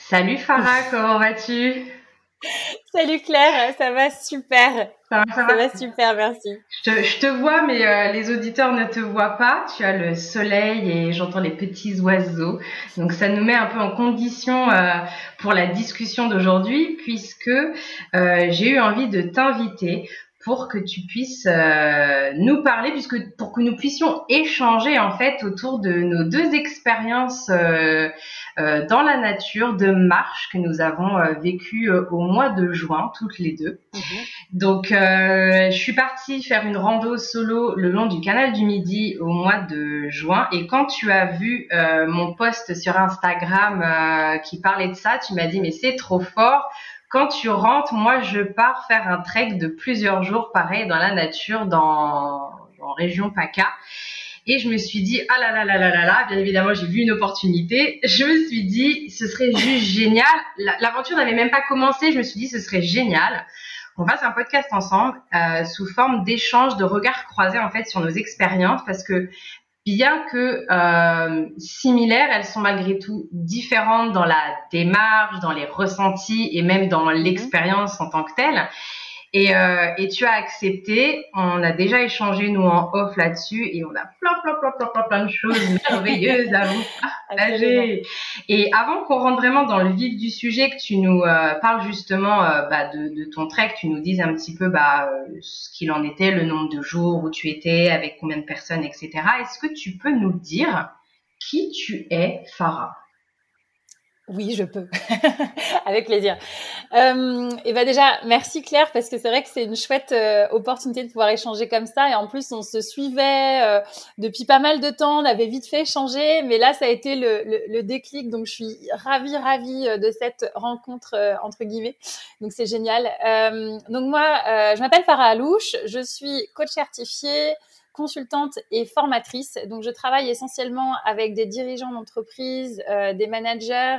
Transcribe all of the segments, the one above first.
Salut Farah, comment vas-tu? Salut Claire, ça va super. Ça Ça va? va super, merci. Je te vois, mais les auditeurs ne te voient pas. Tu as le soleil et j'entends les petits oiseaux. Donc ça nous met un peu en condition pour la discussion d'aujourd'hui, puisque j'ai eu envie de t'inviter pour que tu puisses nous parler, puisque pour que nous puissions échanger en fait autour de nos deux expériences dans la nature de marche que nous avons vécues au mois de juin, toutes les deux. Mhm. Donc, je suis partie faire une rando solo le long du canal du Midi au mois de juin. Et quand tu as vu mon post sur Instagram qui parlait de ça, tu m'as dit, mais c'est trop fort. Quand tu rentres, moi, je pars faire un trek de plusieurs jours, pareil, dans la nature, en région PACA. Et je me suis dit, ah là là là là là là, bien évidemment, j'ai vu une opportunité. Je me suis dit, ce serait juste génial. L'aventure n'avait même pas commencé. Je me suis dit, ce serait génial qu'on fasse un podcast ensemble sous forme d'échange, de regards croisés en fait sur nos expériences, parce que bien que similaires, elles sont malgré tout différentes dans la démarche, dans les ressentis et même dans Mhm. l'expérience en tant que telle. Et tu as accepté, on a déjà échangé nous en off là-dessus et on a plein de choses merveilleuses à vous Absolument. partager. Et avant qu'on rentre vraiment dans le vif du sujet, que tu nous parles justement de ton trek, tu nous dises un petit peu ce qu'il en était, le nombre de jours où tu étais, avec combien de personnes, etc. Est-ce que tu peux nous dire qui tu es, Farah? Oui, je peux. Avec plaisir. Et ben déjà, merci Claire, parce que c'est vrai que c'est une chouette opportunité de pouvoir échanger comme ça. Et en plus, on se suivait depuis pas mal de temps. On avait vite fait échanger, mais là, ça a été le déclic. Donc, je suis ravie de cette rencontre, entre guillemets. Donc, c'est génial. Donc, moi, je m'appelle Farah Alouche. Je suis coach certifiée, consultante et formatrice. Donc, je travaille essentiellement avec des dirigeants d'entreprise, des managers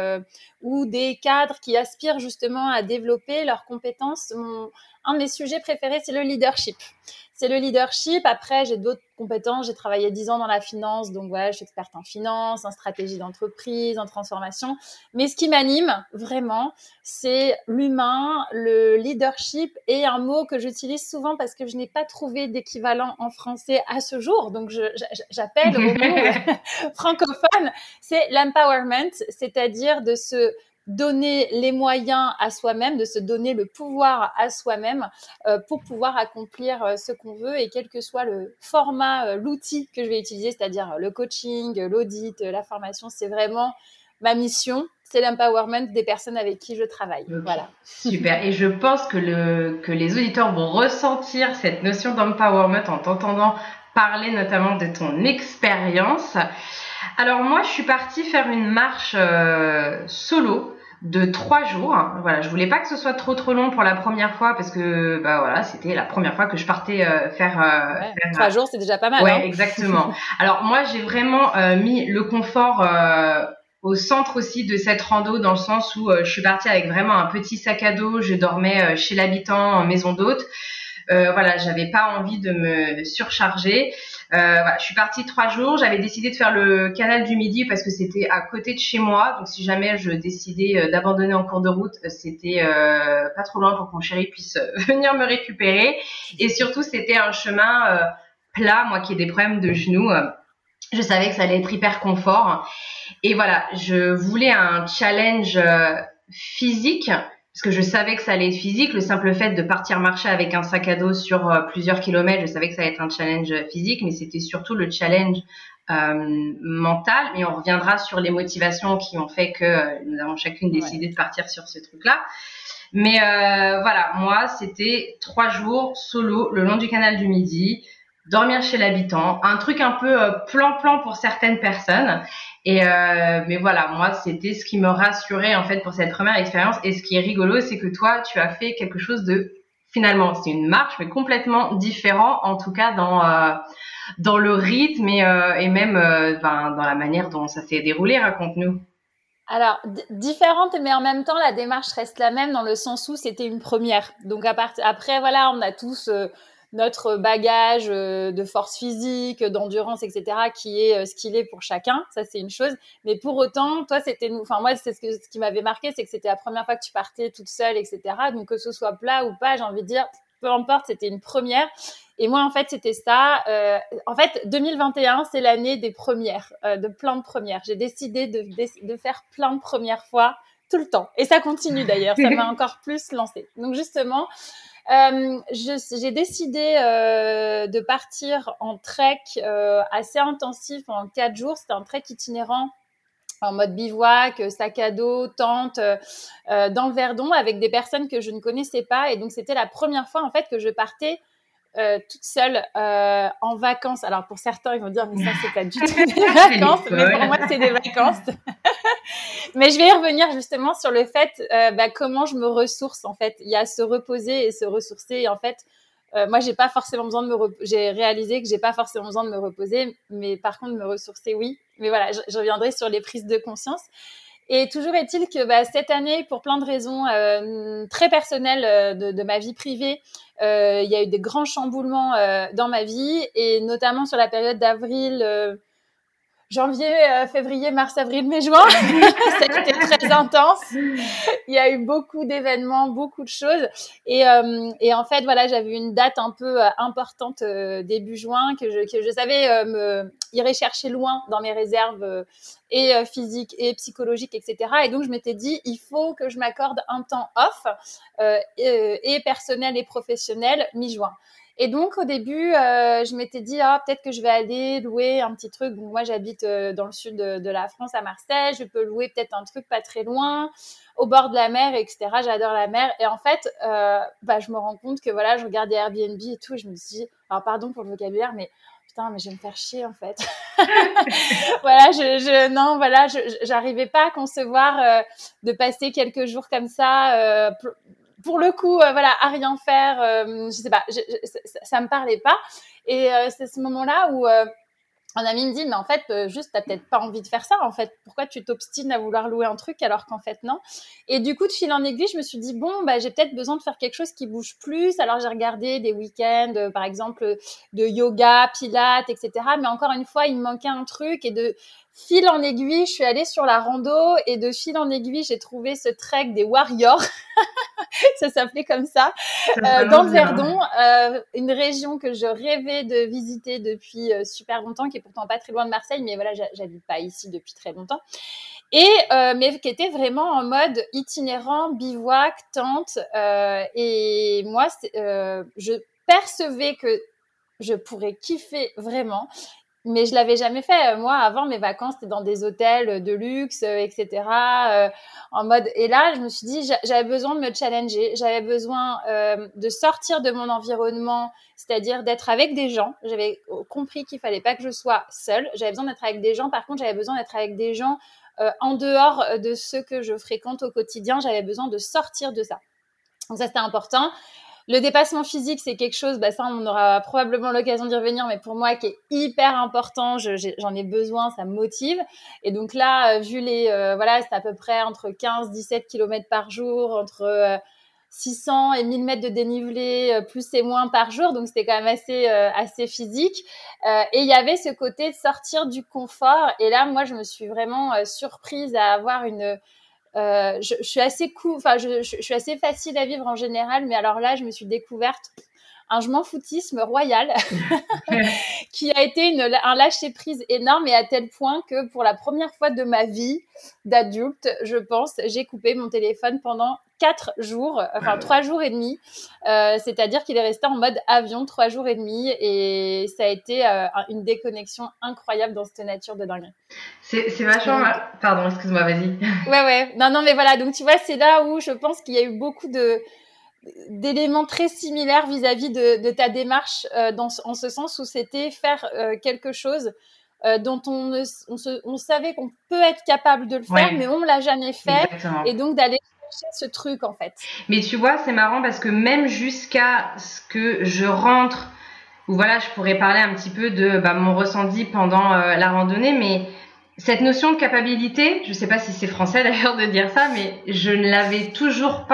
ou des cadres qui aspirent justement à développer leurs compétences. Un de mes sujets préférés, c'est le leadership. C'est le leadership. Après, j'ai d'autres compétences. J'ai travaillé 10 ans dans la finance. Donc, voilà, je suis experte en finance, en stratégie d'entreprise, en transformation. Mais ce qui m'anime vraiment, c'est l'humain, le leadership et un mot que j'utilise souvent parce que je n'ai pas trouvé d'équivalent en français à ce jour. Donc, j'appelle au monde francophone, c'est l'empowerment, c'est-à-dire de se donner les moyens à soi-même, de se donner le pouvoir à soi-même pour pouvoir accomplir ce qu'on veut et quel que soit le format, l'outil que je vais utiliser, c'est-à-dire le coaching, l'audit, la formation, c'est vraiment ma mission, c'est l'empowerment des personnes avec qui je travaille. Ok, Voilà. super. Et je pense que les auditeurs vont ressentir cette notion d'empowerment en t'entendant parler notamment de ton expérience. Alors moi, je suis partie faire une marche solo de 3 jours. Voilà, je voulais pas que ce soit trop long pour la première fois parce que voilà, c'était la première fois que je partais Ouais. faire 3 jours, c'est déjà pas mal, ouais, hein. exactement. Alors moi, j'ai vraiment mis le confort au centre aussi de cette rando, dans le sens où je suis partie avec vraiment un petit sac à dos. Je dormais chez l'habitant en maison d'hôte. Voilà, j'avais pas envie de me surcharger. Voilà, je suis partie 3 jours. J'avais décidé de faire le canal du Midi parce que c'était à côté de chez moi. Donc si jamais je décidais d'abandonner en cours de route, c'était pas trop loin pour que mon chéri puisse venir me récupérer. Et surtout, c'était un chemin plat, moi qui ai des problèmes de genoux. Je savais que ça allait être hyper confort. Et voilà, je voulais un challenge physique, parce que je savais que ça allait être physique. Le simple fait de partir marcher avec un sac à dos sur plusieurs kilomètres, je savais que ça allait être un challenge physique, mais c'était surtout le challenge mental. Et on reviendra sur les motivations qui ont fait que nous avons chacune Ouais. décidé de partir sur ce truc-là. Mais voilà, moi, c'était 3 jours solo le long du canal du Midi, dormir chez l'habitant, un truc un peu plan-plan pour certaines personnes. Mais voilà, moi, c'était ce qui me rassurait en fait pour cette première expérience. Et ce qui est rigolo, c'est que toi, tu as fait quelque chose de finalement, c'est une marche, mais complètement différent, en tout cas dans le rythme et même dans la manière dont ça s'est déroulé. Raconte-nous. Alors, différente, mais en même temps, la démarche reste la même dans le sens où c'était une première. Donc, après, voilà, on a tous notre bagage de force physique, d'endurance, etc., qui est ce qu'il est pour chacun. Ça, c'est une chose. Mais pour autant, toi, moi, c'est ce qui m'avait marqué, c'est que c'était la première fois que tu partais toute seule, etc. Donc, que ce soit plat ou pas, j'ai envie de dire, peu importe, c'était une première. Et moi, en fait, c'était ça. En fait, 2021, c'est l'année des premières, de plein de premières. J'ai décidé de faire plein de premières fois tout le temps. Et ça continue d'ailleurs. Ça m'a encore plus lancée. Donc, justement, j'ai décidé de partir en trek assez intensif en 4 jours. C'était un trek itinérant en mode bivouac, sac à dos, tente, dans le Verdon avec des personnes que je ne connaissais pas. Et donc, c'était la première fois en fait que je partais toute seule en vacances. Alors, pour certains, ils vont dire, mais ça, c'est pas du tout des vacances. Mais pour moi, c'est des vacances. Mais je vais y revenir justement sur le fait comment je me ressource en fait. Il y a se reposer et se ressourcer. Et en fait, moi, j'ai pas forcément besoin de j'ai réalisé que j'ai pas forcément besoin de me reposer, mais par contre, me ressourcer, oui. Mais voilà, je reviendrai sur les prises de conscience. Et toujours est-il que cette année, pour plein de raisons très personnelles de ma vie privée, il y a eu des grands chamboulements dans ma vie, et notamment sur la période d'avril, janvier, février, mars, avril, mai, juin. Ça a été très intense. Il y a eu beaucoup d'événements, beaucoup de choses. Et en fait, voilà, j'avais une date un peu importante début juin que je savais irait chercher loin dans mes réserves et physiques et psychologiques, etc. Et donc, je m'étais dit, il faut que je m'accorde un temps off et personnel et professionnel mi-juin. Et donc, au début, je m'étais dit, peut-être que je vais aller louer un petit truc. Donc, moi, j'habite dans le sud de la France, à Marseille. Je peux louer peut-être un truc pas très loin, au bord de la mer, etc. J'adore la mer. Et en fait, je me rends compte que, voilà, je regardais Airbnb et tout. Et je me suis dit, alors, pardon pour le vocabulaire, mais putain, mais je vais me faire chier, en fait. Voilà, j'arrivais pas à concevoir de passer quelques jours comme ça, pour le coup, à rien faire, je sais pas, ça me parlait pas. Et c'est ce moment-là où un ami me dit, mais en fait, juste, t'as peut-être pas envie de faire ça, en fait. Pourquoi tu t'obstines à vouloir louer un truc alors qu'en fait, non? Et du coup, de fil en aiguille, je me suis dit, bon, j'ai peut-être besoin de faire quelque chose qui bouge plus. Alors, j'ai regardé des week-ends, par exemple, de yoga, pilates, etc. Mais encore une fois, il me manquait un truc. Et de fil en aiguille, je suis allée sur la rando. Et de fil en aiguille, j'ai trouvé ce trek des Warriors. Ça s'appelait comme ça, dans le Verdon, une région que je rêvais de visiter depuis super longtemps, qui est pourtant pas très loin de Marseille, mais voilà, j'habite pas ici depuis très longtemps. Et mais qui était vraiment en mode itinérant, bivouac, tente. Et moi, je percevais que je pourrais kiffer vraiment. Mais je l'avais jamais fait. Moi, avant, mes vacances, c'était dans des hôtels de luxe, etc. En mode. Et là, je me suis dit, j'avais besoin de me challenger. J'avais besoin de sortir de mon environnement, c'est-à-dire d'être avec des gens. J'avais compris qu'il fallait pas que je sois seule. J'avais besoin d'être avec des gens. Par contre, j'avais besoin d'être avec des gens en dehors de ceux que je fréquente au quotidien. J'avais besoin de sortir de ça. Donc ça, c'était important. Le dépassement physique, c'est quelque chose, ça, on aura probablement l'occasion d'y revenir, mais pour moi, qui est hyper important. J'en ai besoin, ça me motive. Et donc là, vu c'est à peu près entre 15-17 km par jour, entre 600 et 1000 mètres de dénivelé, plus et moins par jour. Donc, c'était quand même assez physique. Et il y avait ce côté de sortir du confort. Et là, moi, je me suis vraiment surprise à avoir je suis assez je suis assez facile à vivre en général, mais alors là, je me suis découverte un je m'en foutisme royal qui a été un lâcher-prise énorme, et à tel point que pour la première fois de ma vie d'adulte, je pense, j'ai coupé mon téléphone pendant 4 jours, 3 jours et demi. C'est-à-dire qu'il est resté en mode avion 3 jours et demi, et ça a été une déconnexion incroyable dans cette nature de dingue. C'est vachement... Pardon, excuse-moi, vas-y. Ouais. Non, mais voilà. Donc, tu vois, c'est là où je pense qu'il y a eu beaucoup d'éléments très similaires vis-à-vis de ta démarche en ce sens où c'était faire quelque chose dont on savait qu'on peut être capable de le faire, mais on l'a jamais fait. Exactement. Et donc d'aller chercher ce truc, en fait. Mais tu vois, c'est marrant parce que même jusqu'à ce que je rentre, où voilà, je pourrais parler un petit peu de mon ressenti pendant la randonnée, mais cette notion de capacité, je sais pas si c'est français d'ailleurs de dire ça, mais je ne l'avais toujours pas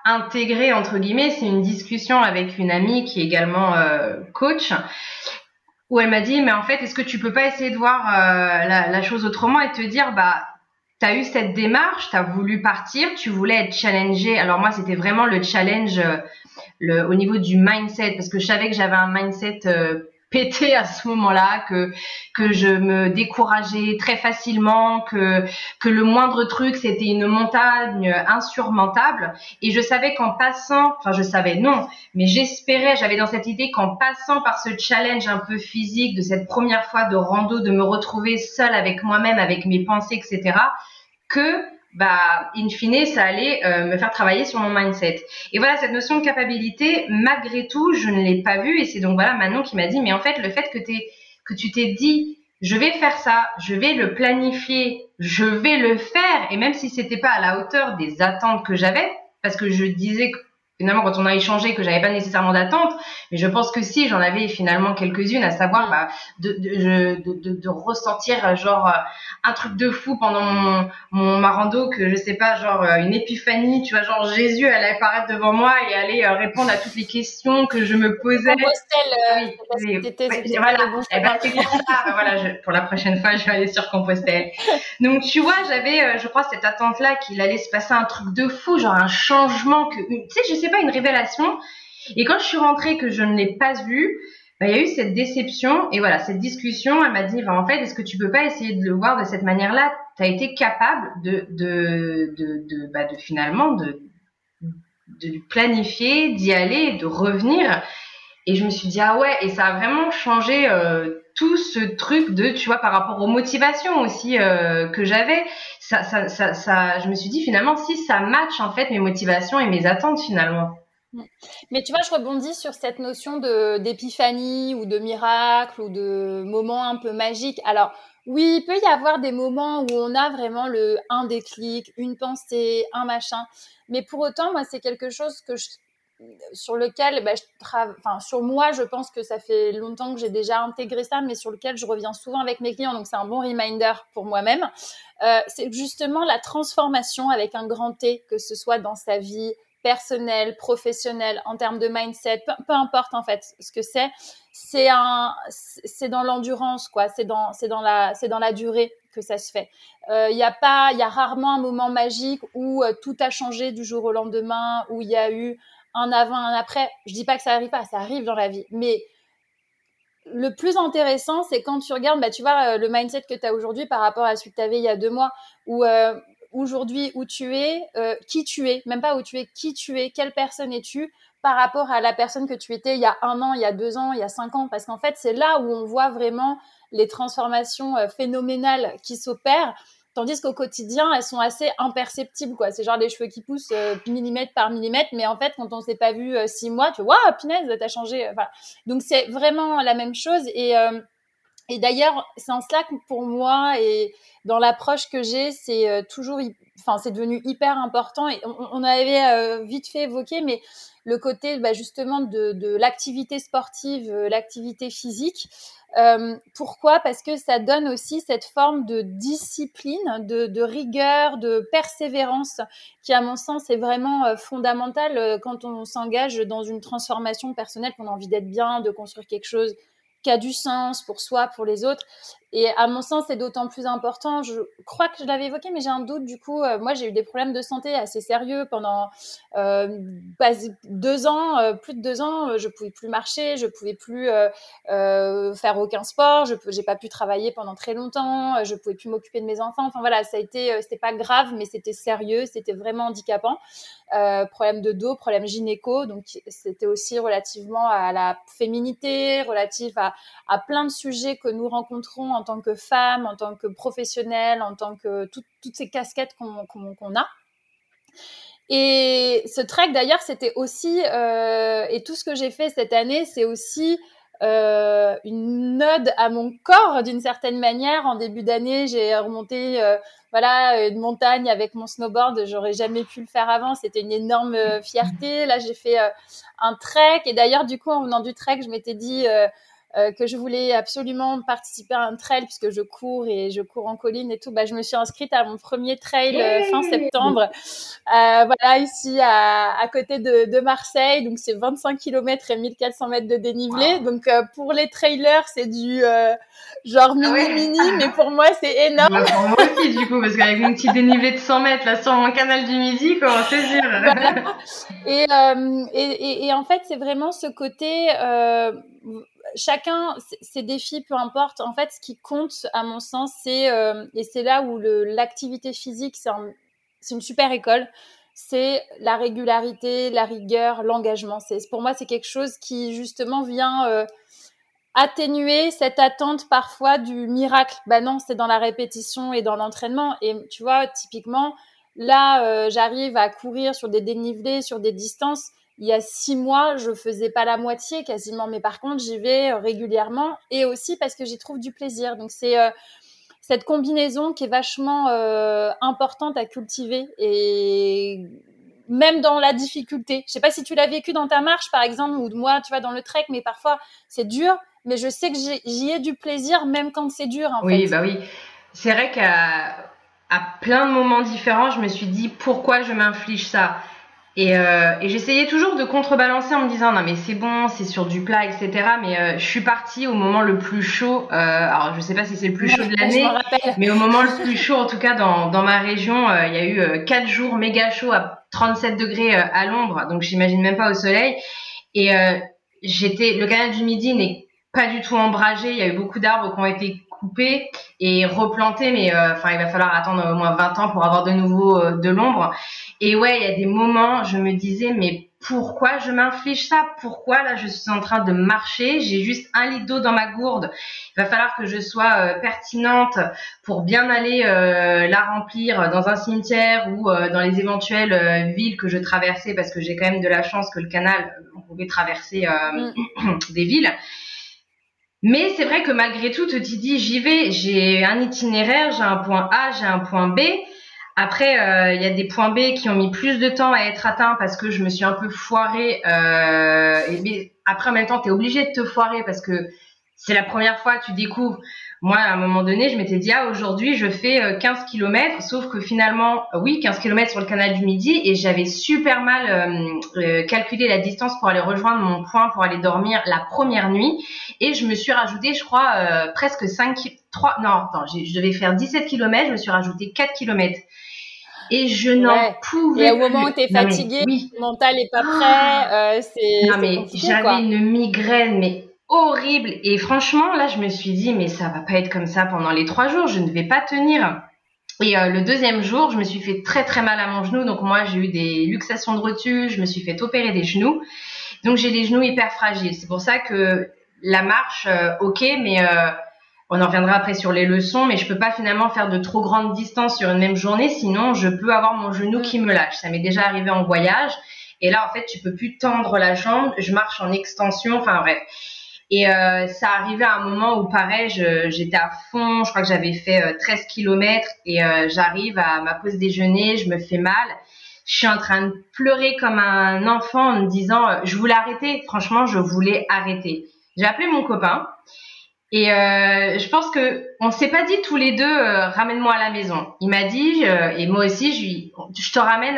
intégré entre guillemets, c'est une discussion avec une amie qui est également coach, où elle m'a dit mais en fait est-ce que tu peux pas essayer de voir la chose autrement et te dire bah t'as eu cette démarche, t'as voulu partir, tu voulais être challengé. Alors moi c'était vraiment le challenge au niveau du mindset, parce que je savais que j'avais un mindset pété à ce moment-là, que je me décourageais très facilement, que le moindre truc c'était une montagne insurmontable, et je savais qu'en passant, enfin je savais non, mais j'espérais, j'avais dans cette idée qu'en passant par ce challenge un peu physique de cette première fois de rando, de me retrouver seule avec moi-même, avec mes pensées, etc., que bah in fine ça allait me faire travailler sur mon mindset. Et voilà, cette notion de capacité, malgré tout je ne l'ai pas vue, et c'est donc voilà Manon qui m'a dit mais en fait le fait que tu t'es dit je vais faire ça, je vais le planifier, je vais le faire, et même si c'était pas à la hauteur des attentes que j'avais, parce que je disais que finalement quand on a échangé que j'avais pas nécessairement d'attente, mais je pense que si j'en avais finalement quelques-unes, à savoir bah, de ressentir genre un truc de fou pendant ma rando, que je sais pas, genre une épiphanie, tu vois, genre Jésus allait apparaître devant moi et allait répondre à toutes les questions que je me posais. Compostelle, voilà, eh ben, c'est pour ça, voilà, pour la prochaine fois, je vais aller sur Compostelle. Donc, tu vois, j'avais, je crois, cette attente-là qu'il allait se passer un truc de fou, genre un changement, tu sais, je sais pas, une révélation. Et quand je suis rentrée, que je ne l'ai pas vu, bah, il y a eu cette déception, et voilà, cette discussion, elle m'a dit, bah, en fait, est-ce que tu peux pas essayer de le voir de cette manière-là? Tu as été capable de finalement, de planifier, d'y aller, de revenir. Et je me suis dit, ah ouais, et ça a vraiment changé tout ce truc de, tu vois, par rapport aux motivations aussi que j'avais. Je me suis dit, finalement, si ça match, en fait, mes motivations et mes attentes, finalement. Mais tu vois, je rebondis sur cette notion d'épiphanie ou de miracle ou de moment un peu magique. Alors, oui, il peut y avoir des moments où on a vraiment un déclic, une pensée, un machin. Mais pour autant, moi, c'est quelque chose sur lequel bah, sur moi, je pense que ça fait longtemps que j'ai déjà intégré ça, mais sur lequel je reviens souvent avec mes clients, donc c'est un bon reminder pour moi-même. C'est justement la transformation avec un grand T, que ce soit dans sa vie personnelle, professionnelle, en termes de mindset, peu importe en fait ce que c'est dans l'endurance, quoi. C'est dans la durée que ça se fait. Il y a rarement un moment magique où tout a changé du jour au lendemain, où il y a eu un avant, un après. Je dis pas que ça arrive pas, ça arrive dans la vie. Mais le plus intéressant, c'est quand tu regardes, bah, tu vois, le mindset que tu as aujourd'hui par rapport à celui que tu avais il y a 2 mois, ou aujourd'hui, où tu es, qui tu es, même pas où tu es, qui tu es, quelle personne es-tu par rapport à la personne que tu étais il y a 1 an, il y a 2 ans, il y a 5 ans. Parce qu'en fait, c'est là où on voit vraiment les transformations phénoménales qui s'opèrent. Tandis qu'au quotidien, elles sont assez imperceptibles, quoi. C'est genre des cheveux qui poussent millimètre par millimètre, mais en fait, quand on s'est pas vu 6 mois, tu vois, waouh, punaise, t'as changé. Voilà. Donc c'est vraiment la même chose. Et d'ailleurs, c'est en cela que pour moi et dans l'approche que j'ai, c'est toujours, enfin, c'est devenu hyper important. Et on avait vite fait évoquer, mais le côté bah, justement de l'activité sportive, l'activité physique. Pourquoi? Parce que ça donne aussi cette forme de discipline, de rigueur, de persévérance, qui à mon sens est vraiment fondamentale quand on s'engage dans une transformation personnelle, qu'on a envie d'être bien, de construire quelque chose qui a du sens pour soi, pour les autres. Et à mon sens, c'est d'autant plus important. Je crois que je l'avais évoqué, mais j'ai un doute. Du coup, moi, j'ai eu des problèmes de santé assez sérieux pendant 2 ans, plus de 2 ans. Je pouvais plus marcher, je pouvais plus faire aucun sport. J'ai pas pu travailler pendant très longtemps. Je pouvais plus m'occuper de mes enfants. Enfin voilà, ça a été, c'était pas grave, mais c'était sérieux, c'était vraiment handicapant. Problème de dos, problème gynéco, donc c'était aussi relativement à la féminité, relatif à plein de sujets que nous rencontrons en tant que femmes, en tant que professionnelles, en tant que toutes ces casquettes qu'on a. Et ce trek d'ailleurs, c'était aussi, et tout ce que j'ai fait cette année, c'est aussi une ode à mon corps d'une certaine manière. En début d'année, j'ai remonté une montagne avec mon snowboard. J'aurais jamais pu le faire avant. C'était une énorme fierté. Là, j'ai fait un trek. Et d'ailleurs, du coup, en venant du trek, je m'étais dit que je voulais absolument participer à un trail puisque je cours et je cours en colline et tout. Bah, je me suis inscrite à mon premier trail fin septembre, voilà, ici à côté de Marseille. Donc, c'est 25 km et 1400 mètres de dénivelé. Wow. Donc, pour les trailers, c'est du genre Ah ouais. mini, mais pour moi, c'est énorme. Bah, pour moi aussi, du coup, parce qu'avec mon petit dénivelé de 100 mètres là sur mon canal du Midi, comment te Voilà. dire? Et en fait, c'est vraiment ce côté, chacun, ses défis, peu importe. En fait, ce qui compte, à mon sens, et c'est là où l'activité physique, c'est une super école. C'est la régularité, la rigueur, l'engagement. Pour moi, c'est quelque chose qui, justement, vient atténuer cette attente parfois du miracle. Bah non, c'est dans la répétition et dans l'entraînement. Et tu vois, typiquement, là, j'arrive à courir sur des dénivelés, sur des distances. Il y a 6 mois, je faisais pas la moitié quasiment, mais par contre, j'y vais régulièrement et aussi parce que j'y trouve du plaisir. Donc, c'est cette combinaison qui est vachement importante à cultiver et même dans la difficulté. Je sais pas si tu l'as vécu dans ta marche, par exemple, ou moi, tu vois, dans le trek, mais parfois, c'est dur, mais je sais que j'y ai du plaisir même quand c'est dur, en fait. Oui, bah oui. C'est vrai qu'à plein de moments différents, je me suis dit pourquoi je m'inflige ça. Et j'essayais toujours de contrebalancer en me disant non mais c'est bon, c'est sur du plat, etc. Mais je suis partie au moment le plus chaud. Alors je sais pas si c'est le plus chaud de Ouais, je m'en l'année, rappelle. mais au moment le plus chaud, en tout cas dans ma région, il y a eu 4 jours méga chauds à 37 degrés à l'ombre, donc j'imagine même pas au soleil. Et le canal du Midi n'est pas du tout ombragé. Il y a eu beaucoup d'arbres qui ont été coupés et replantés, mais enfin il va falloir attendre au moins 20 ans pour avoir de nouveau de l'ombre. Et ouais, il y a des moments, je me disais, mais pourquoi je m'inflige ça? Pourquoi là je suis en train de marcher? J'ai juste 1 litre d'eau dans ma gourde. Il va falloir que je sois pertinente pour bien aller la remplir dans un cimetière ou dans les éventuelles villes que je traversais, parce que j'ai quand même de la chance que le canal, on pouvait traverser Mm. des villes. Mais c'est vrai que malgré tout, tu te dis, j'y vais, j'ai un itinéraire, j'ai un point A, j'ai un point B. Après, il y a des points B qui ont mis plus de temps à être atteints parce que je me suis un peu foirée. Mais après, en même temps, tu es obligé de te foirer parce que c'est la première fois que tu découvres. Moi, à un moment donné, je m'étais dit, ah, aujourd'hui, je fais 15 kilomètres, sauf que finalement, oui, 15 kilomètres sur le canal du Midi, et j'avais super mal calculé la distance pour aller rejoindre mon point pour aller dormir la première nuit. Et je me suis rajouté, je crois, presque 3, non, attends, je devais faire 17 kilomètres, je me suis rajouté 4 kilomètres. Et je n'en Ouais. Et pouvais au moment où plus. tu es Non mais fatigué, oui. le mental est pas Ah, prêt, non c'est mais compliqué, j'avais quoi. une migraine mais horrible. Et franchement, là, je me suis dit, mais ça va pas être comme ça pendant les 3 jours, je ne vais pas tenir. Et le deuxième jour, je me suis fait très très mal à mon genou. Donc moi, j'ai eu des luxations de rotule, je me suis fait opérer des genoux. Donc j'ai les genoux hyper fragiles. C'est pour ça que la marche, ok, mais on en reviendra après sur les leçons, mais je peux pas finalement faire de trop grandes distances sur une même journée, sinon je peux avoir mon genou Mm. qui me lâche. Ça m'est déjà arrivé en voyage. Et là, en fait, tu peux plus tendre la jambe. Je marche en extension. Enfin bref. Et ça arrivait à un moment où pareil, j'étais à fond. Je crois que j'avais fait 13 kilomètres et j'arrive à ma pause déjeuner, je me fais mal. Je suis en train de pleurer comme un enfant en me disant, je voulais arrêter. Franchement, je voulais arrêter. J'ai appelé mon copain et je pense que on s'est pas dit tous les deux, ramène-moi à la maison. Il m'a dit, et moi aussi, je te ramène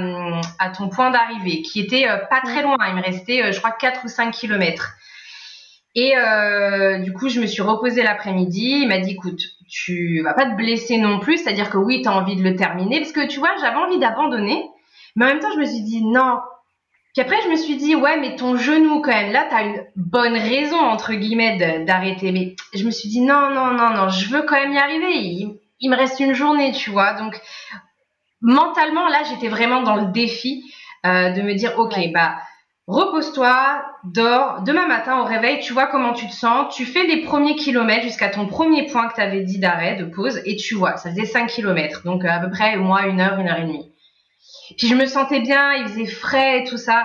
à ton point d'arrivée, qui était pas très Mm. loin. Il me restait, je crois, 4 ou 5 kilomètres. Et du coup, je me suis reposée l'après-midi. Il m'a dit, écoute, tu vas pas te blesser non plus, c'est-à-dire que oui, tu as envie de le terminer, parce que tu vois, j'avais envie d'abandonner, mais en même temps, je me suis dit non. Puis après, je me suis dit, ouais, mais ton genou, quand même, là, tu as une bonne raison, entre guillemets, d'arrêter. Mais je me suis dit, non, non, non, non, je veux quand même y arriver. Il me reste une journée, tu vois. Donc, mentalement, là, j'étais vraiment dans le défi de me dire, ok, Ouais. bah, repose-toi, dors. Demain matin, au réveil, tu vois comment tu te sens. Tu fais les premiers kilomètres jusqu'à ton premier point que tu avais dit d'arrêt, de pause, et tu vois, ça faisait 5 kilomètres. Donc, à peu près, moi, 1 heure et demie. Puis je me sentais bien, il faisait frais et tout ça.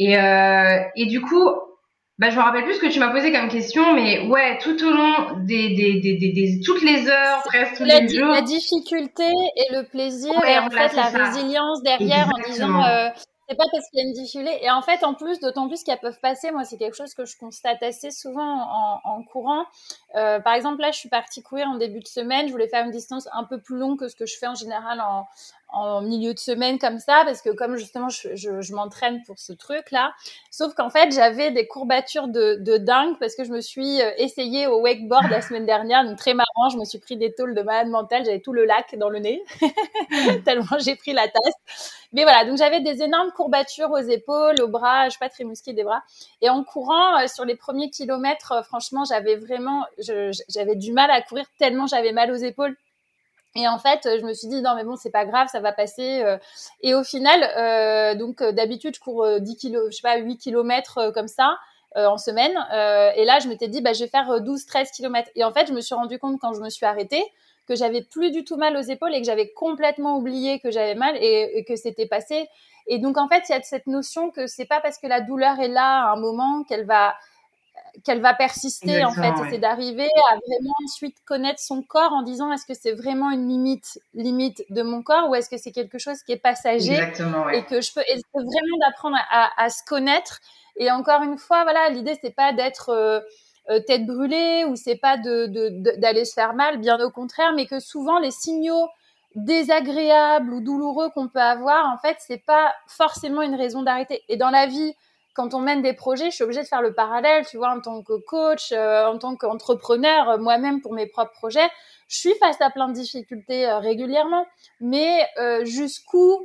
Et du coup, bah, je me rappelle plus ce que tu m'as posé comme question, mais ouais, tout au long toutes les heures, presque tous les La jours. difficulté et le plaisir Ouais, et en voilà, fait c'est la ça. résilience derrière en disant Exactement. C'est pas parce qu'il y a une difficulté. Et en fait, en plus, d'autant plus qu'elles peuvent passer, moi, c'est quelque chose que je constate assez souvent en courant. Par exemple, là, je suis partie courir en début de semaine. Je voulais faire une distance un peu plus longue que ce que je fais en général en milieu de semaine comme ça, parce que comme justement, je m'entraîne pour ce truc-là. Sauf qu'en fait, j'avais des courbatures de dingue parce que je me suis essayée au wakeboard la semaine dernière. Donc, très marrant, je me suis pris des tôles de malade mentale. J'avais tout le lac dans le nez, tellement j'ai pris la tasse. Mais voilà, donc j'avais des énormes courbatures aux épaules, aux bras, je suis pas très musclée des bras. Et en courant, sur les premiers kilomètres, franchement, j'avais du mal à courir tellement j'avais mal aux épaules. Et en fait, je me suis dit non mais bon, c'est pas grave, ça va passer. Et au final, d'habitude, je cours 10 kilos, je sais pas, 8 kilomètres comme ça. En semaine. Et là, je m'étais dit, je vais faire 12-13 kilomètres. Et en fait, je me suis rendu compte quand je me suis arrêtée que j'avais plus du tout mal aux épaules et que j'avais complètement oublié que j'avais mal et que c'était passé. Et donc, en fait, il y a cette notion que c'est pas parce que la douleur est là à un moment qu'elle va persister. Exactement, en fait. Et c'est d'arriver à vraiment ensuite connaître son corps en disant est-ce que c'est vraiment une limite de mon corps ou est-ce que c'est quelque chose qui est passager. Exactement, ouais. Et que c'est vraiment d'apprendre à se connaître. Et encore une fois, voilà, l'idée c'est pas d'être tête brûlée ou c'est pas d'aller se faire mal, bien au contraire, mais que souvent les signaux désagréables ou douloureux qu'on peut avoir, en fait, c'est pas forcément une raison d'arrêter. Et dans la vie, quand on mène des projets, je suis obligée de faire le parallèle, tu vois, en tant que coach, en tant qu'entrepreneur, moi-même pour mes propres projets, je suis face à plein de difficultés régulièrement, mais jusqu'où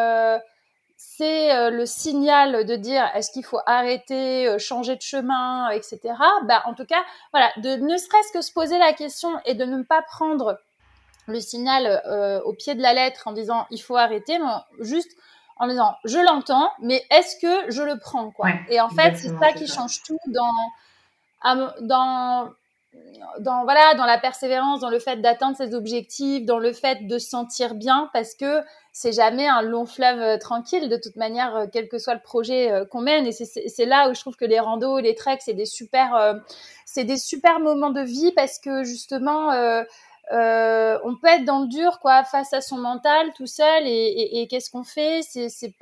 c'est le signal de dire est-ce qu'il faut arrêter, changer de chemin, etc. En tout cas, voilà, de ne serait-ce que se poser la question et de ne pas prendre le signal au pied de la lettre en disant il faut arrêter, mais juste en disant je l'entends, mais est-ce que je le prends quoi. Ouais, et en fait, c'est ça qui change tout dans dans la persévérance, dans le fait d'atteindre ses objectifs, dans le fait de se sentir bien, parce que c'est jamais un long fleuve tranquille de toute manière, quel que soit le projet qu'on mène. Et c'est là où je trouve que les randos, les treks, c'est des super moments de vie parce que justement on peut être dans le dur quoi face à son mental tout seul et qu'est-ce qu'on fait, c'est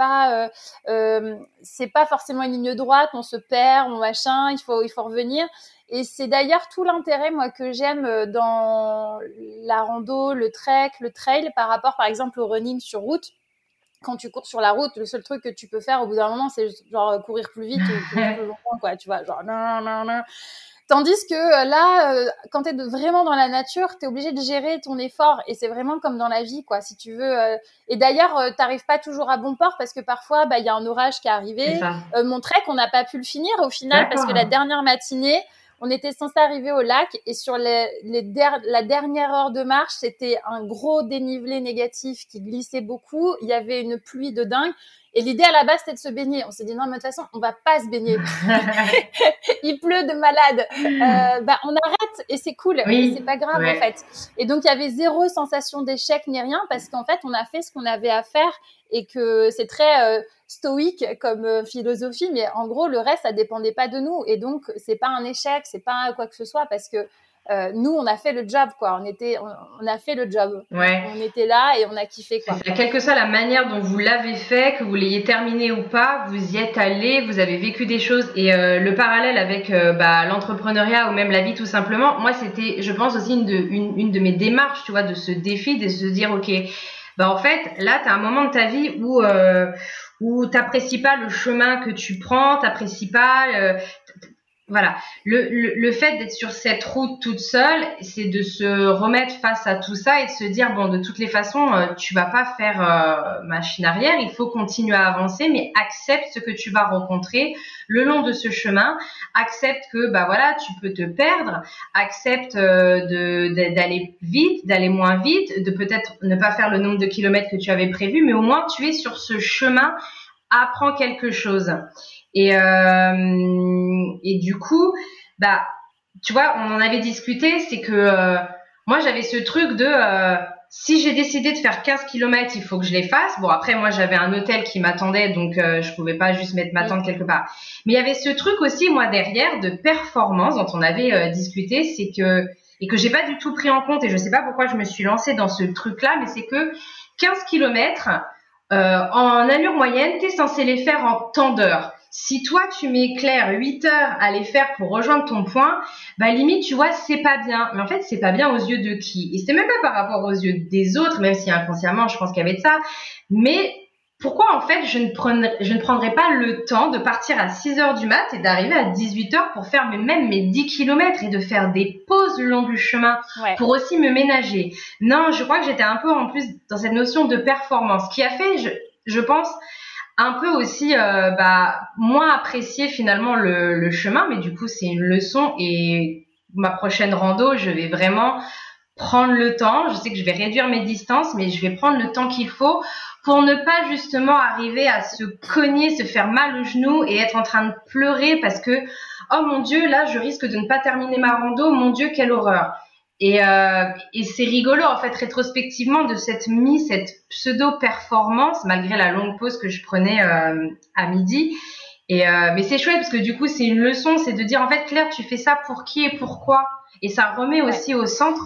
pas forcément une ligne droite, on se perd, on machin, il faut revenir. Et c'est d'ailleurs tout l'intérêt, moi, que j'aime dans la rando, le trek, le trail, par rapport, par exemple, au running sur route. Quand tu cours sur la route, le seul truc que tu peux faire au bout d'un moment, c'est genre courir plus vite ou courir plus longtemps, quoi. Tu vois, genre non, non, non. Tandis que là, quand t'es vraiment dans la nature, t'es obligé de gérer ton effort et c'est vraiment comme dans la vie, quoi. Si tu veux. Et d'ailleurs, t'arrives pas toujours à bon port parce que parfois, il y a un orage qui est arrivé. Mon trek, on n'a pas pu le finir au final parce que la dernière matinée, on était censé arriver au lac et sur la dernière heure de marche, c'était un gros dénivelé négatif qui glissait beaucoup. Il y avait une pluie de dingue. Et l'idée à la base, c'était de se baigner. On s'est dit non, mais de toute façon, on va pas se baigner. Il pleut de malade. On arrête et c'est cool. Oui, et c'est pas grave en fait. Et donc, il y avait zéro sensation d'échec ni rien parce qu'en fait, on a fait ce qu'on avait à faire et que c'est très stoïque comme philosophie. Mais en gros, le reste, ça dépendait pas de nous. Et donc, c'est pas un échec, c'est pas quoi que ce soit parce que nous, on a fait le job, quoi. On a fait le job. Ouais. On était là et on a kiffé, quoi. Quelle que soit la manière dont vous l'avez fait, que vous l'ayez terminé ou pas, vous y êtes allé, vous avez vécu des choses. Et le parallèle avec l'entrepreneuriat ou même la vie tout simplement, moi, c'était, je pense aussi une de mes démarches, tu vois, de ce défi, de se dire, ok, en fait, là, t'as un moment de ta vie où t'apprécies pas le chemin que tu prends, t'apprécies pas. Voilà, le fait d'être sur cette route toute seule, c'est de se remettre face à tout ça et de se dire bon, de toutes les façons, tu vas pas faire machine arrière, il faut continuer à avancer, mais accepte ce que tu vas rencontrer le long de ce chemin, accepte que tu peux te perdre, accepte d'aller vite, d'aller moins vite, de peut-être ne pas faire le nombre de kilomètres que tu avais prévu, mais au moins tu es sur ce chemin, apprends quelque chose. Et du coup, tu vois, on en avait discuté, c'est que moi j'avais ce truc de si j'ai décidé de faire 15 kilomètres, il faut que je les fasse. Bon, après moi j'avais un hôtel qui m'attendait, donc je pouvais pas juste mettre ma tente quelque part. Mais il y avait ce truc aussi, moi, derrière, de performance dont on avait discuté, c'est que j'ai pas du tout pris en compte, et je sais pas pourquoi je me suis lancée dans ce truc-là, mais c'est que 15 kilomètres, En allure moyenne, tu es censé les faire en temps d'heure. Si toi, tu m'éclaires 8 heures à les faire pour rejoindre ton point, bah limite, tu vois, c'est pas bien. Mais en fait, c'est pas bien aux yeux de qui? Et c'est même pas par rapport aux yeux des autres, même si inconsciemment, je pense qu'il y avait de ça. Mais pourquoi, en fait, je ne prendrais pas le temps de partir à 6 heures du mat et d'arriver à 18 heures pour faire même mes 10 kilomètres et de faire des pauses le long du chemin Ouais. pour aussi me ménager? Non, je crois que j'étais un peu en plus dans cette notion de performance qui a fait, je pense, un peu aussi moins apprécier finalement le chemin, mais du coup c'est une leçon et ma prochaine rando, je vais vraiment prendre le temps. Je sais que je vais réduire mes distances, mais je vais prendre le temps qu'il faut pour ne pas justement arriver à se cogner, se faire mal au genou et être en train de pleurer parce que oh mon Dieu, là je risque de ne pas terminer ma rando, mon Dieu, quelle horreur. Et c'est rigolo en fait rétrospectivement de cette pseudo performance malgré la longue pause que je prenais à midi. Mais c'est chouette parce que du coup c'est une leçon, c'est de dire en fait Claire, tu fais ça pour qui et pourquoi, et ça remet Ouais. aussi au centre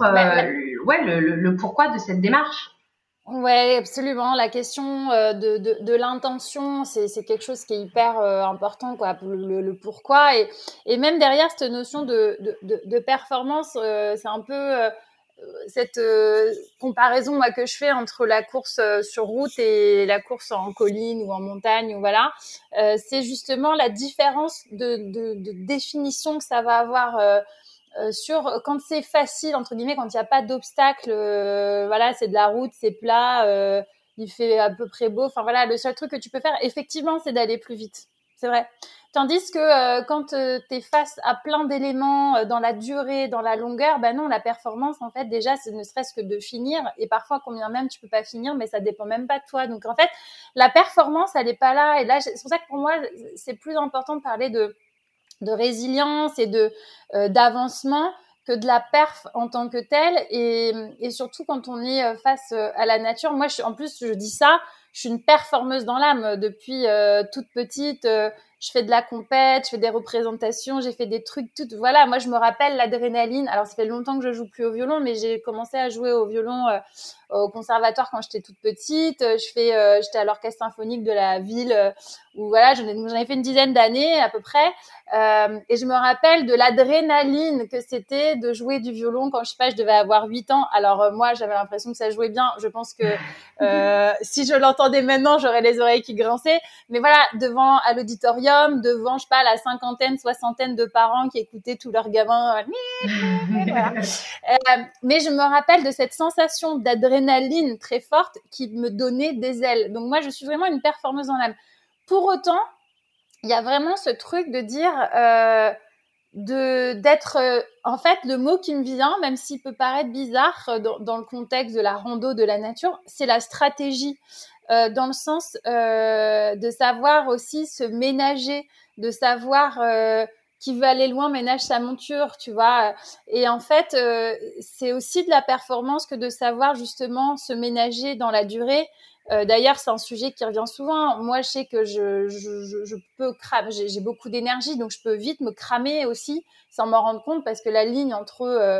le pourquoi de cette démarche. Ouais, absolument. La question de l'intention, c'est quelque chose qui est hyper important, quoi. Le pourquoi et même derrière cette notion de performance, c'est un peu cette comparaison moi que je fais entre la course sur route et la course en colline ou en montagne ou voilà. C'est justement la différence de définition que ça va avoir. Sur quand c'est facile entre guillemets, quand il n'y a pas d'obstacle, voilà, c'est de la route, c'est plat, il fait à peu près beau. Enfin voilà, le seul truc que tu peux faire, effectivement, c'est d'aller plus vite. C'est vrai. Tandis que quand tu es face à plein d'éléments dans la durée, dans la longueur, ben non, la performance, en fait, déjà, c'est ne serait-ce que de finir. Et parfois, combien même tu peux pas finir, mais ça dépend même pas de toi. Donc, en fait, la performance, elle est pas là. Et là, c'est pour ça que pour moi, c'est plus important de parler de résilience et d'avancement que de la perf en tant que telle et surtout quand on est face à la nature. Moi en plus je dis ça, je suis une performeuse dans l'âme depuis toute petite. Je fais de la compète, je fais des représentations, j'ai fait des trucs voilà. Moi je me rappelle l'adrénaline. Alors ça fait longtemps que je joue plus au violon, mais j'ai commencé à jouer au violon au conservatoire quand j'étais toute petite. J'étais à l'orchestre symphonique de la ville où voilà, j'en ai fait une dizaine d'années à peu près. Et je me rappelle de l'adrénaline que c'était de jouer du violon quand je sais pas, je devais avoir 8 ans. Alors moi, j'avais l'impression que ça jouait bien. Je pense que si je l'entendais maintenant, j'aurais les oreilles qui grinçaient. Mais voilà, devant à l'auditorium, devant je sais pas la cinquantaine, soixantaine de parents qui écoutaient tous leurs gamins. Voilà. Mais je me rappelle de cette sensation d'adrénaline très forte qui me donnait des ailes. Donc moi, je suis vraiment une performeuse dans l'âme. Pour autant, il y a vraiment ce truc de dire d'être en fait le mot qui me vient, même s'il peut paraître bizarre dans le contexte de la rando de la nature, c'est la stratégie dans le sens de savoir aussi se ménager, de savoir qui veut aller loin ménage sa monture, tu vois. Et en fait, c'est aussi de la performance que de savoir justement se ménager dans la durée. D'ailleurs, c'est un sujet qui revient souvent. Moi, je sais que je peux cramer, j'ai beaucoup d'énergie, donc je peux vite me cramer aussi sans m'en rendre compte parce que la ligne entre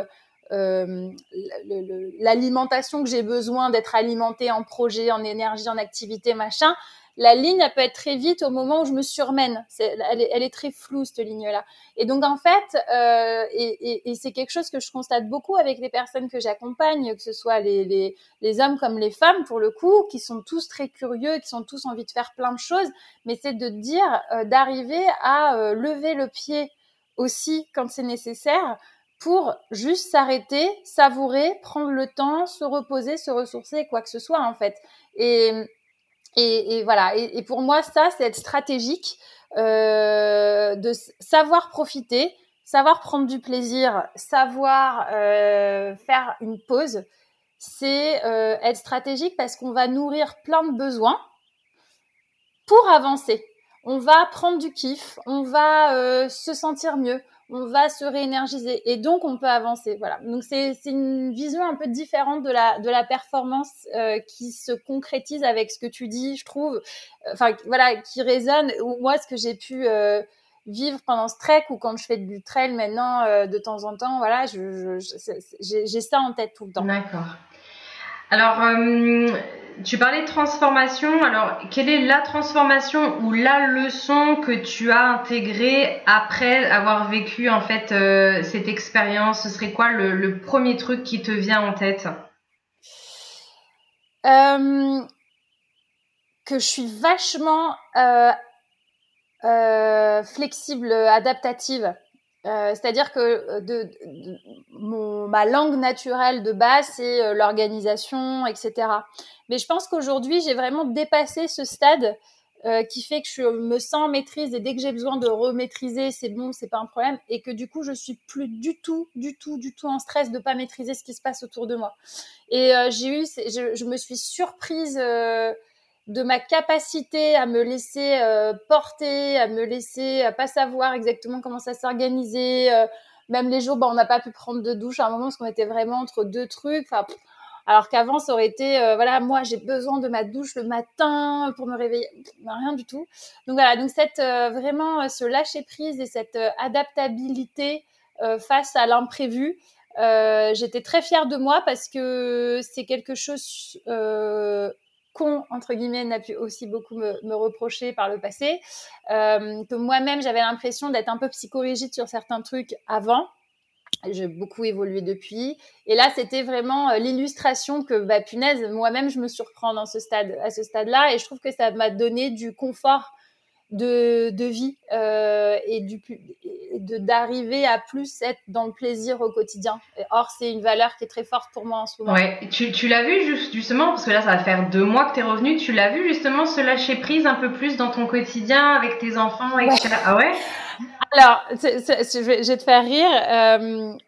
l'alimentation que j'ai besoin d'être alimentée en projet, en énergie, en activité, machin, la ligne, elle peut être très vite au moment où je me surmène. Elle est très floue, cette ligne-là. Et donc, en fait, et c'est quelque chose que je constate beaucoup avec les personnes que j'accompagne, que ce soit les hommes comme les femmes, pour le coup, qui sont tous très curieux, qui sont tous envie de faire plein de choses, mais c'est de dire, d'arriver à lever le pied aussi quand c'est nécessaire, pour juste s'arrêter, savourer, prendre le temps, se reposer, se ressourcer, quoi que ce soit en fait. Et voilà. Et pour moi, ça, c'est être stratégique, de savoir profiter, savoir prendre du plaisir, savoir faire une pause. C'est être stratégique parce qu'on va nourrir plein de besoins pour avancer. On va prendre du kiff, on va se sentir mieux, on va se réénergiser et donc on peut avancer. Voilà. Donc c'est une vision un peu différente de la performance qui se concrétise avec ce que tu dis, je trouve. Enfin voilà, qui résonne. Moi, ce que j'ai pu vivre pendant ce trek ou quand je fais du trail maintenant de temps en temps, voilà, j'ai ça en tête tout le temps. D'accord. Alors, tu parlais de transformation. Alors, quelle est la transformation ou la leçon que tu as intégrée après avoir vécu en fait cette expérience? Ce serait quoi le premier truc qui te vient en tête? Que je suis vachement flexible, adaptative. C'est-à-dire que ma langue naturelle de base, c'est l'organisation, etc. Mais je pense qu'aujourd'hui, j'ai vraiment dépassé ce stade qui fait que je me sens en maîtrise et dès que j'ai besoin de remaîtriser, c'est bon, c'est pas un problème. Et que du coup, je suis plus du tout en stress de pas maîtriser ce qui se passe autour de moi. Et je me suis surprise de ma capacité à me laisser porter, à me laisser, à pas savoir exactement comment ça s'organisait. Même les jours, on n'a pas pu prendre de douche à un moment parce qu'on était vraiment entre deux trucs. Enfin, alors qu'avant, ça aurait été, voilà, moi, j'ai besoin de ma douche le matin pour me réveiller. Rien du tout. Donc voilà, donc vraiment ce lâcher prise et cette adaptabilité face à l'imprévu. J'étais très fière de moi parce que c'est quelque chose qu'on, entre guillemets, n'a pu aussi beaucoup me reprocher par le passé. Que moi-même, j'avais l'impression d'être un peu psychorigide sur certains trucs avant. J'ai beaucoup évolué depuis. Et là, c'était vraiment l'illustration que, punaise, moi-même, je me surprends à ce stade-là. Et je trouve que ça m'a donné du confort de vie d'arriver à plus être dans le plaisir au quotidien. Or, c'est une valeur qui est très forte pour moi en ce moment. Ouais, tu l'as vu justement, parce que là, ça va faire 2 mois que tu es revenu, tu l'as vu justement se lâcher prise un peu plus dans ton quotidien avec tes enfants, etc. Ouais. Ah ouais? Alors, je vais te faire rire.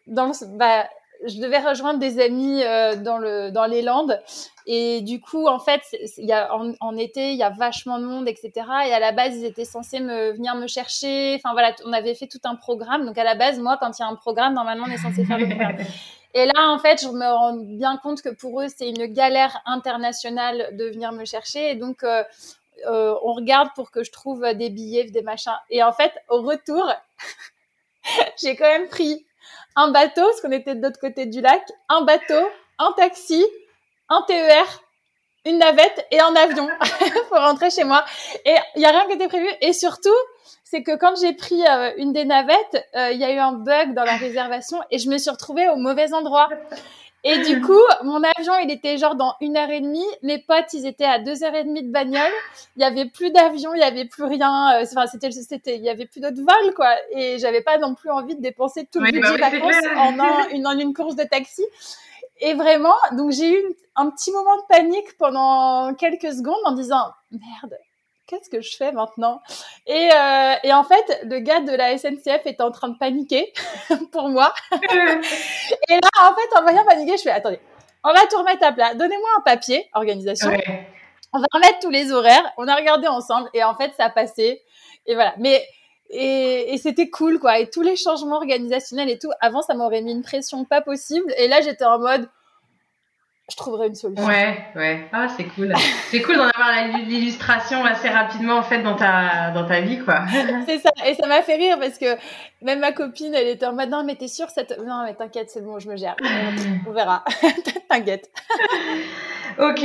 Je devais rejoindre des amis dans les Landes. Et du coup, en fait, en été, il y a vachement de monde, etc. Et à la base, ils étaient censés venir me chercher. Enfin voilà, on avait fait tout un programme. Donc à la base, moi, quand il y a un programme, normalement, on est censé faire le programme. Et là, en fait, je me rends bien compte que pour eux, c'est une galère internationale de venir me chercher. Et donc, on regarde pour que je trouve des billets, des machins. Et en fait, au retour, j'ai quand même pris un bateau, parce qu'on était de l'autre côté du lac, un bateau, un taxi, un TER, une navette et un avion pour rentrer chez moi. Et il y a rien qui était prévu. Et surtout, c'est que quand j'ai pris une des navettes, il y a eu un bug dans la réservation et je me suis retrouvée au mauvais endroit. Et du coup, mon avion, il était genre dans 1h30. Mes potes, ils étaient à 2h30 de bagnole. Il y avait plus d'avion, il y avait plus rien. Enfin, il y avait plus d'autres vols, quoi. Et j'avais pas non plus envie de dépenser tout le budget vacances en une course de taxi. Et vraiment, donc j'ai eu un petit moment de panique pendant quelques secondes en disant merde, qu'est-ce que je fais maintenant? Et en fait, le gars de la SNCF était en train de paniquer pour moi. Et là, en fait, en voyant paniquer, je fais attendez, on va tout remettre à plat. Donnez-moi un papier, organisation. Ouais. On va remettre tous les horaires. On a regardé ensemble et en fait, ça a passé. Et voilà. Mais et c'était cool, quoi. Et tous les changements organisationnels et tout, avant, ça m'aurait mis une pression pas possible. Et là, j'étais en mode, je trouverai une solution. Ouais. Ah, c'est cool. C'est cool d'en avoir l'illustration assez rapidement, en fait, dans ta vie, quoi. C'est ça. Et ça m'a fait rire parce que même ma copine, elle était en mode, non, mais t'es sûre, non, mais t'inquiète, c'est bon, je me gère. On verra. T'inquiète. Ok,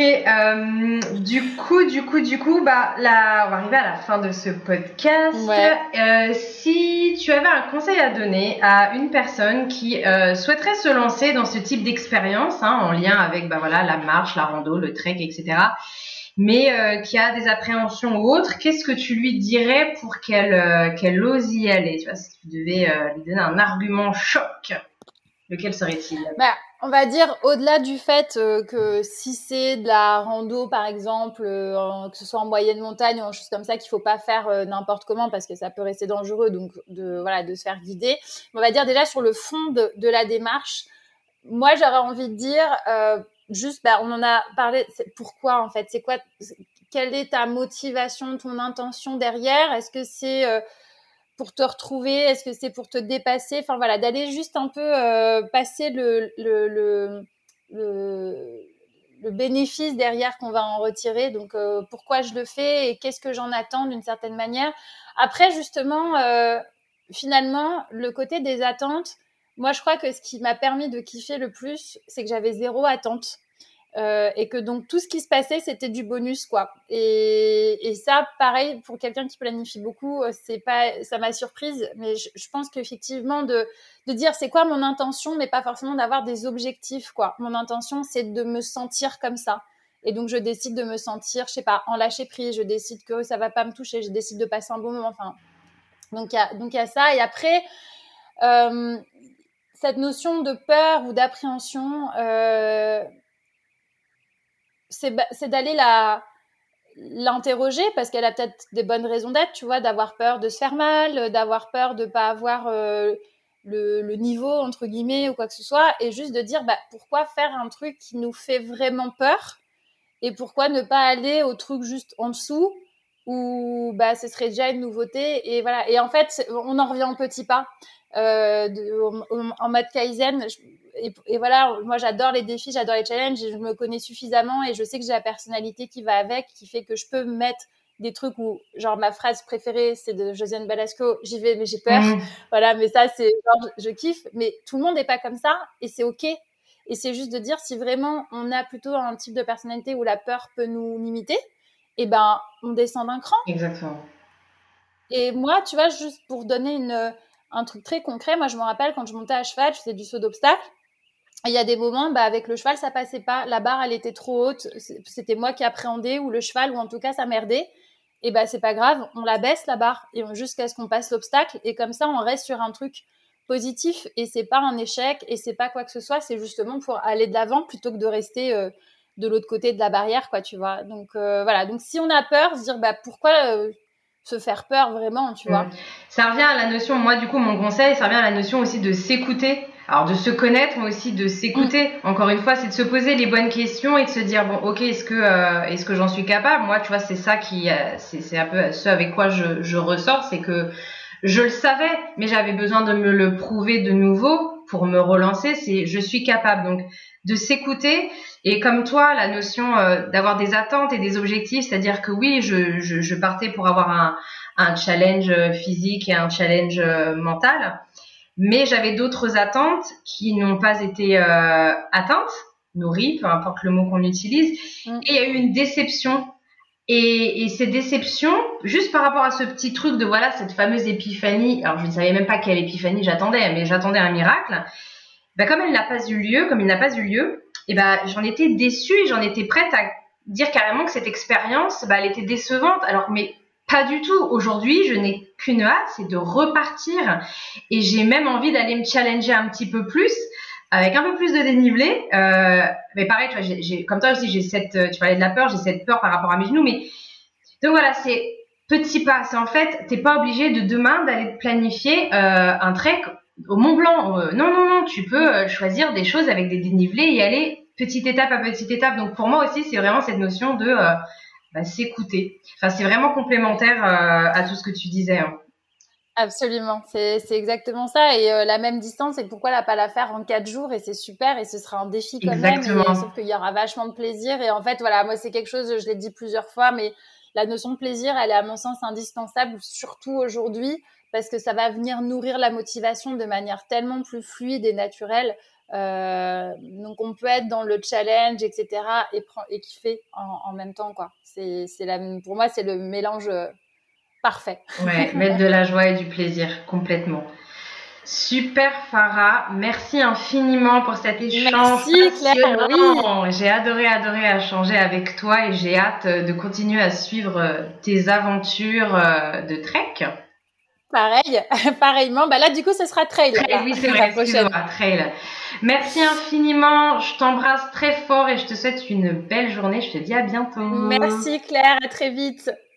du coup, là, on va arriver à la fin de ce podcast. Ouais. Si tu avais un conseil à donner à une personne qui souhaiterait se lancer dans ce type d'expérience, en lien avec, la marche, la rando, le trek, etc., mais qui a des appréhensions ou autres, qu'est-ce que tu lui dirais pour qu'elle ose y aller? Tu vois, si tu devais lui donner un argument choc, lequel serait-il? On va dire, au-delà du fait que si c'est de la rando, par exemple, que ce soit en moyenne montagne ou en choses comme ça, qu'il faut pas faire n'importe comment parce que ça peut rester dangereux, donc de se faire guider. On va dire déjà sur le fond de la démarche, moi, j'aurais envie de dire, juste, on en a parlé, pourquoi en fait? C'est quoi? Quelle est ta motivation, ton intention derrière? Est-ce que c'est pour te retrouver? Est-ce que c'est pour te dépasser? Enfin voilà, d'aller juste un peu passer le bénéfice derrière qu'on va en retirer. Donc pourquoi je le fais et qu'est-ce que j'en attends d'une certaine manière. Après justement, finalement, le côté des attentes, moi je crois que ce qui m'a permis de kiffer le plus, c'est que j'avais zéro attente. et que donc tout ce qui se passait c'était du bonus quoi. Et ça pareil pour quelqu'un qui planifie beaucoup, ça m'a surprise, mais je pense qu'effectivement de dire c'est quoi mon intention, mais pas forcément d'avoir des objectifs quoi. Mon intention c'est de me sentir comme ça. Et donc je décide de me sentir, je sais pas, en lâcher prise, je décide que ça va pas me toucher, je décide de passer un bon moment. Enfin, donc il y a ça. Et après cette notion de peur ou d'appréhension, c'est d'aller l'interroger parce qu'elle a peut-être des bonnes raisons d'être, tu vois, d'avoir peur de se faire mal, d'avoir peur de pas avoir le niveau entre guillemets ou quoi que ce soit, et juste de dire pourquoi faire un truc qui nous fait vraiment peur et pourquoi ne pas aller au truc juste en dessous où ce serait déjà une nouveauté. Et voilà. Et en fait on en revient en petits pas en mode Kaizen. Et voilà, moi j'adore les défis, j'adore les challenges, et je me connais suffisamment et je sais que j'ai la personnalité qui va avec, qui fait que je peux mettre des trucs où, genre ma phrase préférée c'est de Josiane Balasco, j'y vais mais j'ai peur. Voilà, mais ça c'est genre je kiffe, mais tout le monde n'est pas comme ça et c'est ok. Et c'est juste de dire si vraiment on a plutôt un type de personnalité où la peur peut nous limiter, et on descend d'un cran. Exactement. Et moi, tu vois, juste pour donner un truc très concret, moi je me rappelle quand je montais à cheval, je faisais du saut d'obstacle. Il y a des moments, avec le cheval, ça passait pas. La barre, elle était trop haute. C'était moi qui appréhendais, ou le cheval, ou en tout cas, ça merdait. Et c'est pas grave, on la baisse, la barre, et jusqu'à ce qu'on passe l'obstacle. Et comme ça, on reste sur un truc positif. Et c'est pas un échec, et c'est pas quoi que ce soit. C'est justement pour aller de l'avant plutôt que de rester de l'autre côté de la barrière, quoi, tu vois. Donc, voilà. Donc, si on a peur, se dire, pourquoi se faire peur vraiment, tu vois. Ça revient à la notion, moi, du coup, mon conseil, ça revient à la notion aussi de s'écouter. Alors de se connaître, mais aussi de s'écouter. Encore une fois, c'est de se poser les bonnes questions et de se dire bon, ok, est-ce que j'en suis capable? Moi, tu vois, c'est ça c'est un peu ce avec quoi je ressors, c'est que je le savais, mais j'avais besoin de me le prouver de nouveau pour me relancer. C'est je suis capable. Donc de s'écouter, et comme toi, la notion d'avoir des attentes et des objectifs, c'est-à-dire que oui, je partais pour avoir un challenge physique et un challenge mental. Mais j'avais d'autres attentes qui n'ont pas été atteintes, nourries, peu importe le mot qu'on utilise. Et il y a eu une déception. Et ces déceptions, juste par rapport à ce petit truc de voilà, cette fameuse épiphanie, alors je ne savais même pas quelle épiphanie j'attendais, mais j'attendais un miracle. Comme il n'a pas eu lieu, et j'en étais déçue et j'en étais prête à dire carrément que cette expérience, elle était décevante. Alors, mais pas du tout. Aujourd'hui, je n'ai qu'une hâte, c'est de repartir. Et j'ai même envie d'aller me challenger un petit peu plus, avec un peu plus de dénivelé. Mais pareil, tu vois, comme toi aussi, tu parlais de la peur, j'ai cette peur par rapport à mes genoux. Mais donc voilà, c'est petit pas. C'est en fait, t'es pas obligé de demain d'aller te planifier un trek au Mont Blanc. Non, tu peux choisir des choses avec des dénivelés et aller petite étape à petite étape. Donc pour moi aussi, c'est vraiment cette notion de s'écouter. Enfin, c'est vraiment complémentaire à tout ce que tu disais. Hein. Absolument, c'est exactement ça. Et la même distance, et pourquoi pas la faire en 4 jours, et c'est super, et ce sera un défi quand Exactement. même, sauf qu'il y aura vachement de plaisir. Et en fait, voilà, moi c'est quelque chose, je l'ai dit plusieurs fois, mais la notion de plaisir, elle est à mon sens indispensable, surtout aujourd'hui, parce que ça va venir nourrir la motivation de manière tellement plus fluide et naturelle. Donc on peut être dans le challenge, etc., et kiffer en même temps, quoi. Pour moi, c'est le mélange parfait. Ouais, mettre de la joie et du plaisir, complètement. Super Farah, merci infiniment pour cet échange. Merci Claire, oui. J'ai adoré échanger avec toi, et j'ai hâte de continuer à suivre tes aventures de trek. Pareillement. Là, du coup, ce sera trail. Oui, c'est vrai, excuse-moi, trail. Merci infiniment, je t'embrasse très fort et je te souhaite une belle journée. Je te dis à bientôt. Merci Claire, à très vite.